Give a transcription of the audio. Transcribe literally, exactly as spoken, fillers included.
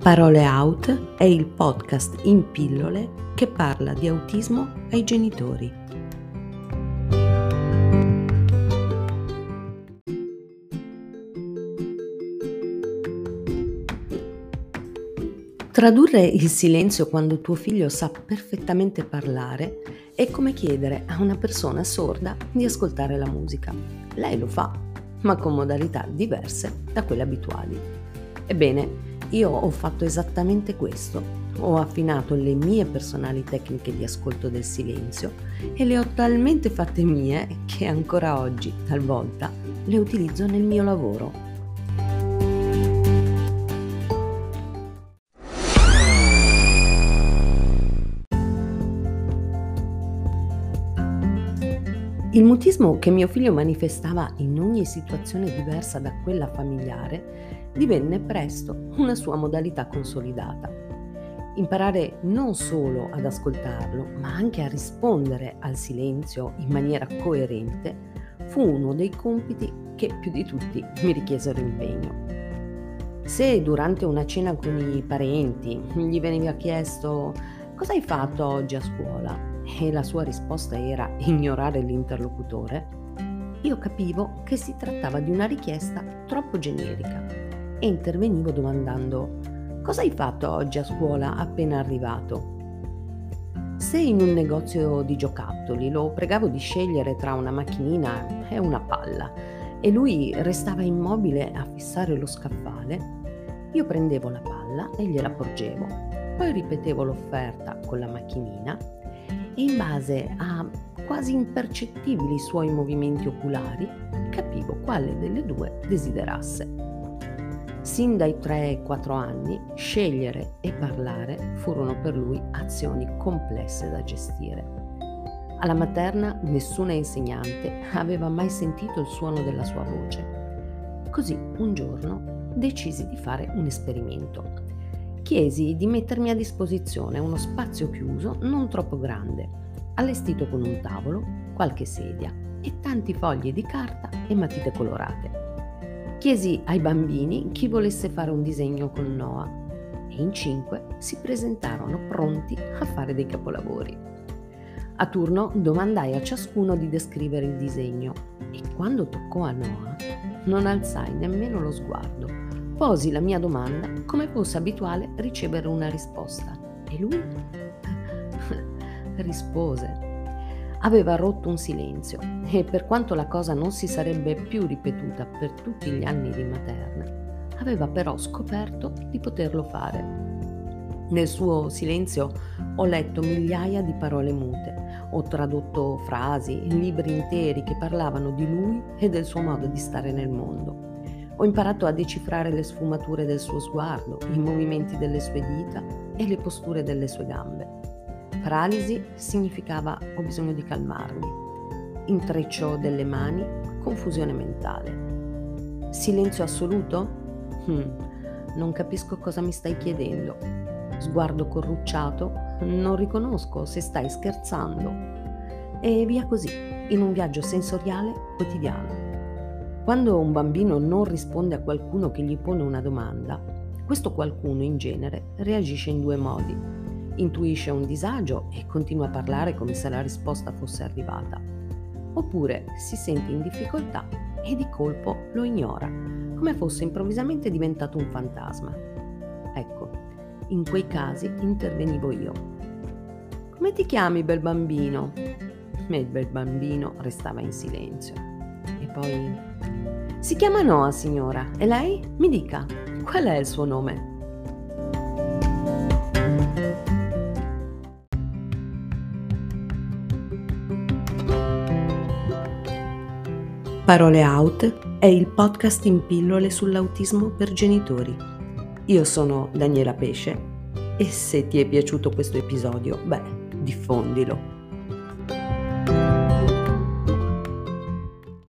Parole Out è il podcast in pillole che parla di autismo ai genitori. Tradurre il silenzio quando tuo figlio sa perfettamente parlare è come chiedere a una persona sorda di ascoltare la musica. Lei lo fa, ma con modalità diverse da quelle abituali. Ebbene, io ho fatto esattamente questo. Ho affinato le mie personali tecniche di ascolto del silenzio e le ho talmente fatte mie che ancora oggi, talvolta, le utilizzo nel mio lavoro. Il mutismo che mio figlio manifestava in ogni situazione diversa da quella familiare divenne presto una sua modalità consolidata. Imparare non solo ad ascoltarlo, ma anche a rispondere al silenzio in maniera coerente fu uno dei compiti che più di tutti mi richiesero impegno. Se durante una cena con i parenti gli veniva chiesto «Cosa hai fatto oggi a scuola?» e la sua risposta era ignorare l'interlocutore, io capivo che si trattava di una richiesta troppo generica e intervenivo domandando «Cosa hai fatto oggi a scuola appena arrivato?» Se in un negozio di giocattoli lo pregavo di scegliere tra una macchinina e una palla e lui restava immobile a fissare lo scaffale, io prendevo la palla e gliela porgevo, poi ripetevo l'offerta con la macchinina e in base a quasi impercettibili suoi movimenti oculari capivo quale delle due desiderasse. Sin dai tre quattro anni scegliere e parlare furono per lui azioni complesse da gestire. Alla materna nessuna insegnante aveva mai sentito il suono della sua voce. Così un giorno decisi di fare un esperimento. Chiesi di mettermi a disposizione uno spazio chiuso non troppo grande, allestito con un tavolo, qualche sedia e tanti fogli di carta e matite colorate. Chiesi ai bambini chi volesse fare un disegno con Noah e in cinque si presentarono pronti a fare dei capolavori. A turno domandai a ciascuno di descrivere il disegno e quando toccò a Noah non alzai nemmeno lo sguardo. Posi la mia domanda come fosse abituale ricevere una risposta e lui rispose. Aveva rotto un silenzio e per quanto la cosa non si sarebbe più ripetuta per tutti gli anni di materna, aveva però scoperto di poterlo fare. Nel suo silenzio ho letto migliaia di parole mute, ho tradotto frasi, libri interi che parlavano di lui e del suo modo di stare nel mondo. Ho imparato a decifrare le sfumature del suo sguardo, i movimenti delle sue dita e le posture delle sue gambe. Paralisi significava ho bisogno di calmarmi. Intreccio delle mani, confusione mentale. Silenzio assoluto? Hmm, non capisco cosa mi stai chiedendo. Sguardo corrucciato? Non riconosco se stai scherzando. E via così, in un viaggio sensoriale quotidiano. Quando un bambino non risponde a qualcuno che gli pone una domanda, questo qualcuno in genere reagisce in due modi. Intuisce un disagio e continua a parlare come se la risposta fosse arrivata. Oppure si sente in difficoltà e di colpo lo ignora, come fosse improvvisamente diventato un fantasma. Ecco, in quei casi intervenivo io. «Come ti chiami, bel bambino?» E il bel bambino restava in silenzio. E poi... «Si chiama Noah, signora. E lei? Mi dica, qual è il suo nome?» Parole Out è il podcast in pillole sull'autismo per genitori. Io sono Daniela Pesce e se ti è piaciuto questo episodio, beh, diffondilo.